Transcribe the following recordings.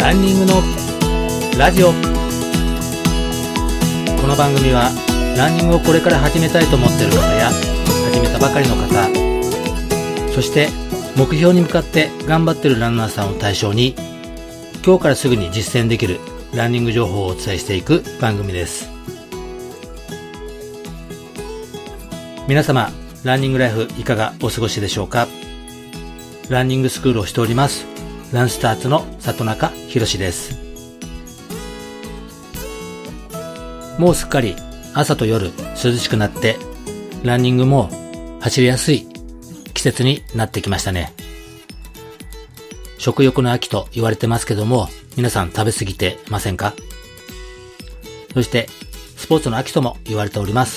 ランニングのラジオ。この番組はランニングをこれから始めたいと思っている方や始めたばかりの方、そして目標に向かって頑張っているランナーさんを対象に、今日からすぐに実践できるランニング情報をお伝えしていく番組です。皆様、ランニングライフいかがお過ごしでしょうか。ランニングスクールをしておりますランスターズの里中博です。もうすっかり朝と夜涼しくなって、ランニングも走りやすい季節になってきましたね。食欲の秋と言われてますけども、皆さん食べ過ぎてませんか？そしてスポーツの秋とも言われております。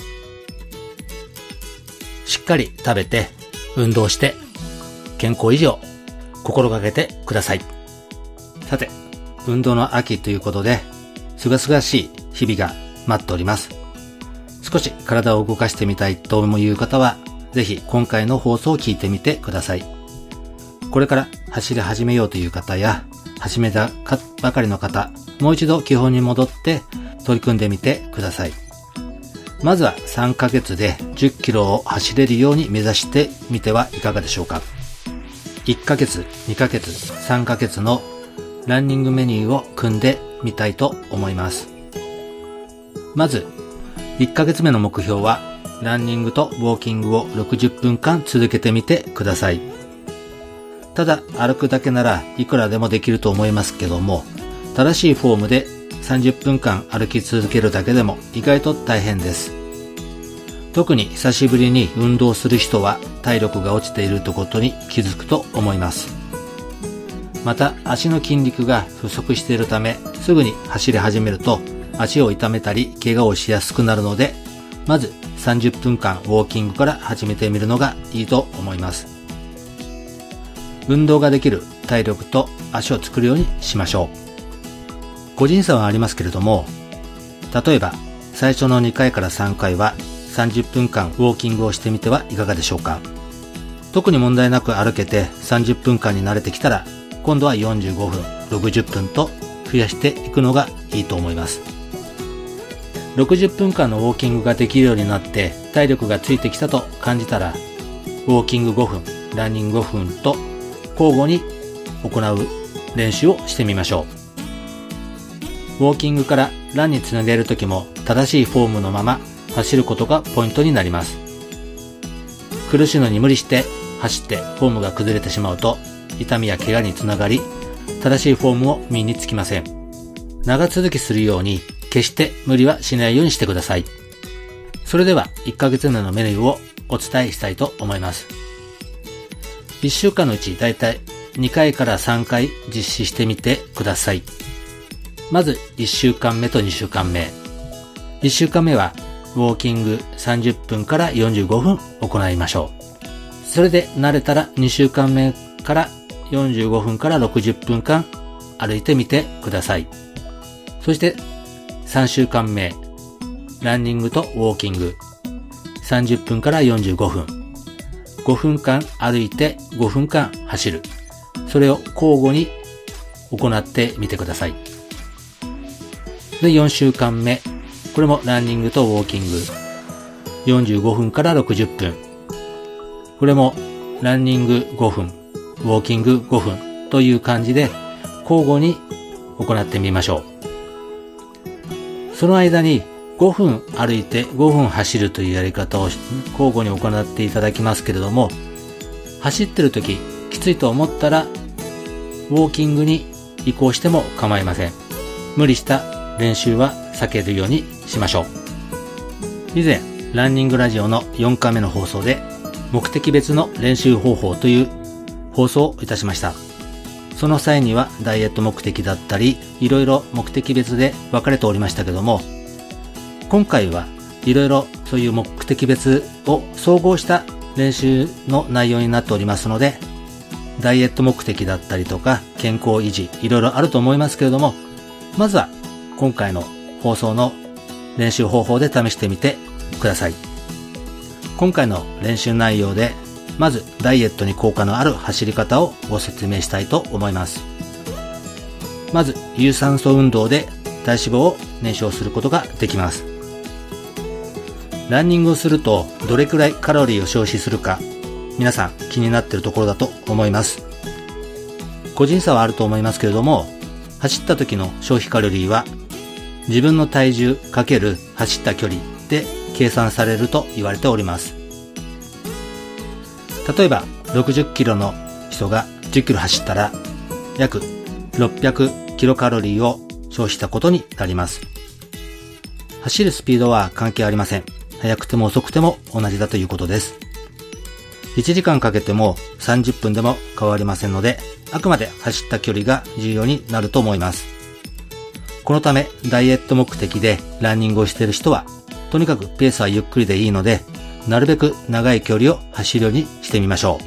しっかり食べて運動して健康維持を心がけてください。さて、運動の秋ということで、すがすがしい日々が待っております。少し体を動かしてみたいという方は、ぜひ今回の放送を聞いてみてください。これから走り始めようという方や、始めたばかりの方、もう一度基本に戻って取り組んでみてください。まずは3ヶ月で10キロを走れるように目指してみてはいかがでしょうか。1ヶ月、2ヶ月、3ヶ月のランニングメニューを組んでみたいと思います。まず、1ヶ月目の目標は、ランニングとウォーキングを60分間続けてみてください。ただ、歩くだけならいくらでもできると思いますけども、正しいフォームで30分間歩き続けるだけでも意外と大変です。特に久しぶりに運動する人は体力が落ちているということに気づくと思います。また足の筋肉が不足しているため、すぐに走り始めると足を痛めたり怪我をしやすくなるので、まず30分間ウォーキングから始めてみるのがいいと思います。運動ができる体力と足を作るようにしましょう。個人差はありますけれども、例えば最初の2回から3回は30分間ウォーキングをしてみてはいかがでしょうか。特に問題なく歩けて30分間に慣れてきたら、今度は45分、60分と増やしていくのがいいと思います。60分間のウォーキングができるようになって体力がついてきたと感じたら、ウォーキング5分、ランニング5分と交互に行う練習をしてみましょう。ウォーキングからランにつなげるときも正しいフォームのまま走ることがポイントになります。苦しいのに無理して走ってフォームが崩れてしまうと、痛みや怪我につながり、正しいフォームを身につきません。長続きするように決して無理はしないようにしてください。それでは1ヶ月目のメニューをお伝えしたいと思います。1週間のうちだいたい2回から3回実施してみてください。まず1週間目と2週間目。1週間目はウォーキング30分から45分行いましょう。それで慣れたら2週間目から45分から60分間歩いてみてください。そして3週間目、ランニングとウォーキング30分から45分。5分間歩いて5分間走る。それを交互に行ってみてください。で、4週間目。これもランニングとウォーキング。45分から60分。これもランニング5分、ウォーキング5分という感じで交互に行ってみましょう。その間に5分歩いて5分走るというやり方を交互に行っていただきますけれども、走ってる時きついと思ったらウォーキングに移行しても構いません。無理した練習は避けるようにしましょう。以前ランニングラジオの4回目の放送で目的別の練習方法という放送をいたしました。その際にはダイエット目的だったりいろいろ目的別で分かれておりましたけども、今回はいろいろそういう目的別を総合した練習の内容になっておりますので、ダイエット目的だったりとか健康維持いろいろあると思いますけれども、まずは今回の放送の練習方法で試してみてください。今回の練習内容でまずダイエットに効果のある走り方をご説明したいと思います。 まず有酸素運動で体脂肪を燃焼することができます。ランニングをするとどれくらいカロリーを消費するか、皆さん気になっているところだと思います。個人差はあると思いますけれども、走った時の消費カロリーは自分の体重×走った距離で計算されると言われております。例えば60キロの人が10キロ走ったら約600キロカロリーを消費したことになります。走るスピードは関係ありません。速くても遅くても同じだということです。1時間かけても30分でも変わりませんので、あくまで走った距離が重要になると思います。このためダイエット目的でランニングをしている人は、とにかくペースはゆっくりでいいので、なるべく長い距離を走るようにしてみましょ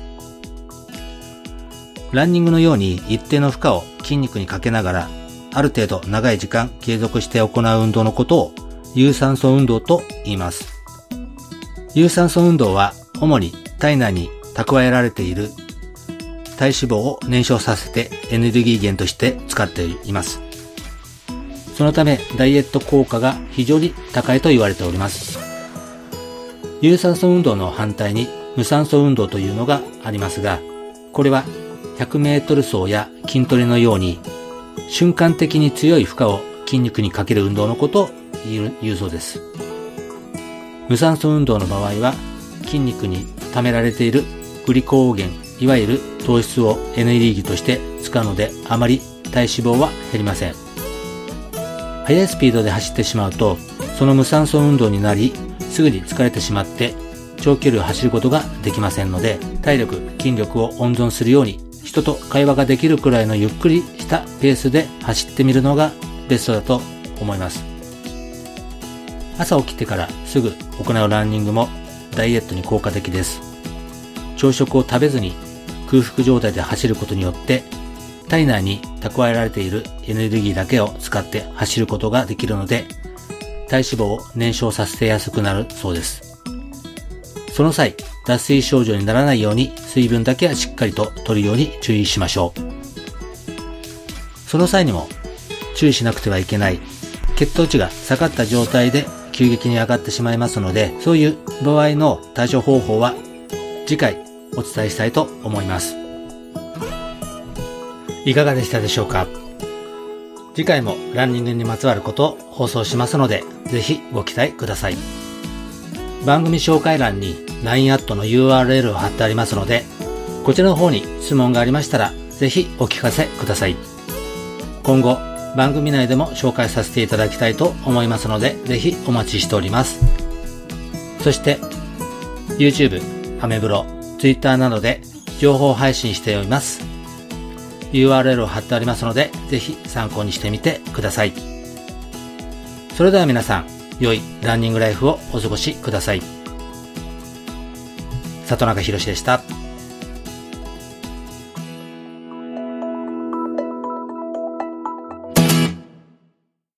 う。ランニングのように一定の負荷を筋肉にかけながら、ある程度長い時間継続して行う運動のことを有酸素運動と言います。有酸素運動は主に体内に蓄えられている体脂肪を燃焼させてエネルギー源として使っています。そのためダイエット効果が非常に高いと言われております。有酸素運動の反対に無酸素運動というのがありますが、これは100メートル走や筋トレのように瞬間的に強い負荷を筋肉にかける運動のことを言うそうです。無酸素運動の場合は筋肉に溜められているグリコーゲン、いわゆる糖質をエネルギーとして使うので、あまり体脂肪は減りません。速いスピードで走ってしまうと、その無酸素運動になり、すぐに疲れてしまって長距離を走ることができませんので、体力、筋力を温存するように、人と会話ができるくらいのゆっくりしたペースで走ってみるのがベストだと思います。朝起きてからすぐ行うランニングもダイエットに効果的です。朝食を食べずに空腹状態で走ることによって、体内に蓄えられているエネルギーだけを使って走ることができるので、体脂肪を燃焼させやすくなるそうです。その際、脱水症状にならないように水分だけはしっかりと取るように注意しましょう。その際にも注意しなくてはいけない、血糖値が下がった状態で急激に上がってしまいますので、そういう場合の対処方法は次回お伝えしたいと思います。いかがでしたでしょうか。次回もランニングにまつわることを放送しますので、ぜひご期待ください。番組紹介欄に LINE アットの URL を貼ってありますので、こちらの方に質問がありましたら、ぜひお聞かせください。今後、番組内でも紹介させていただきたいと思いますので、ぜひお待ちしております。そして、YouTube、アメブロ、Twitter などで情報配信しております。URL を貼ってありますので、ぜひ参考にしてみてください。それでは皆さん、良いランニングライフをお過ごしください。里中博史でした。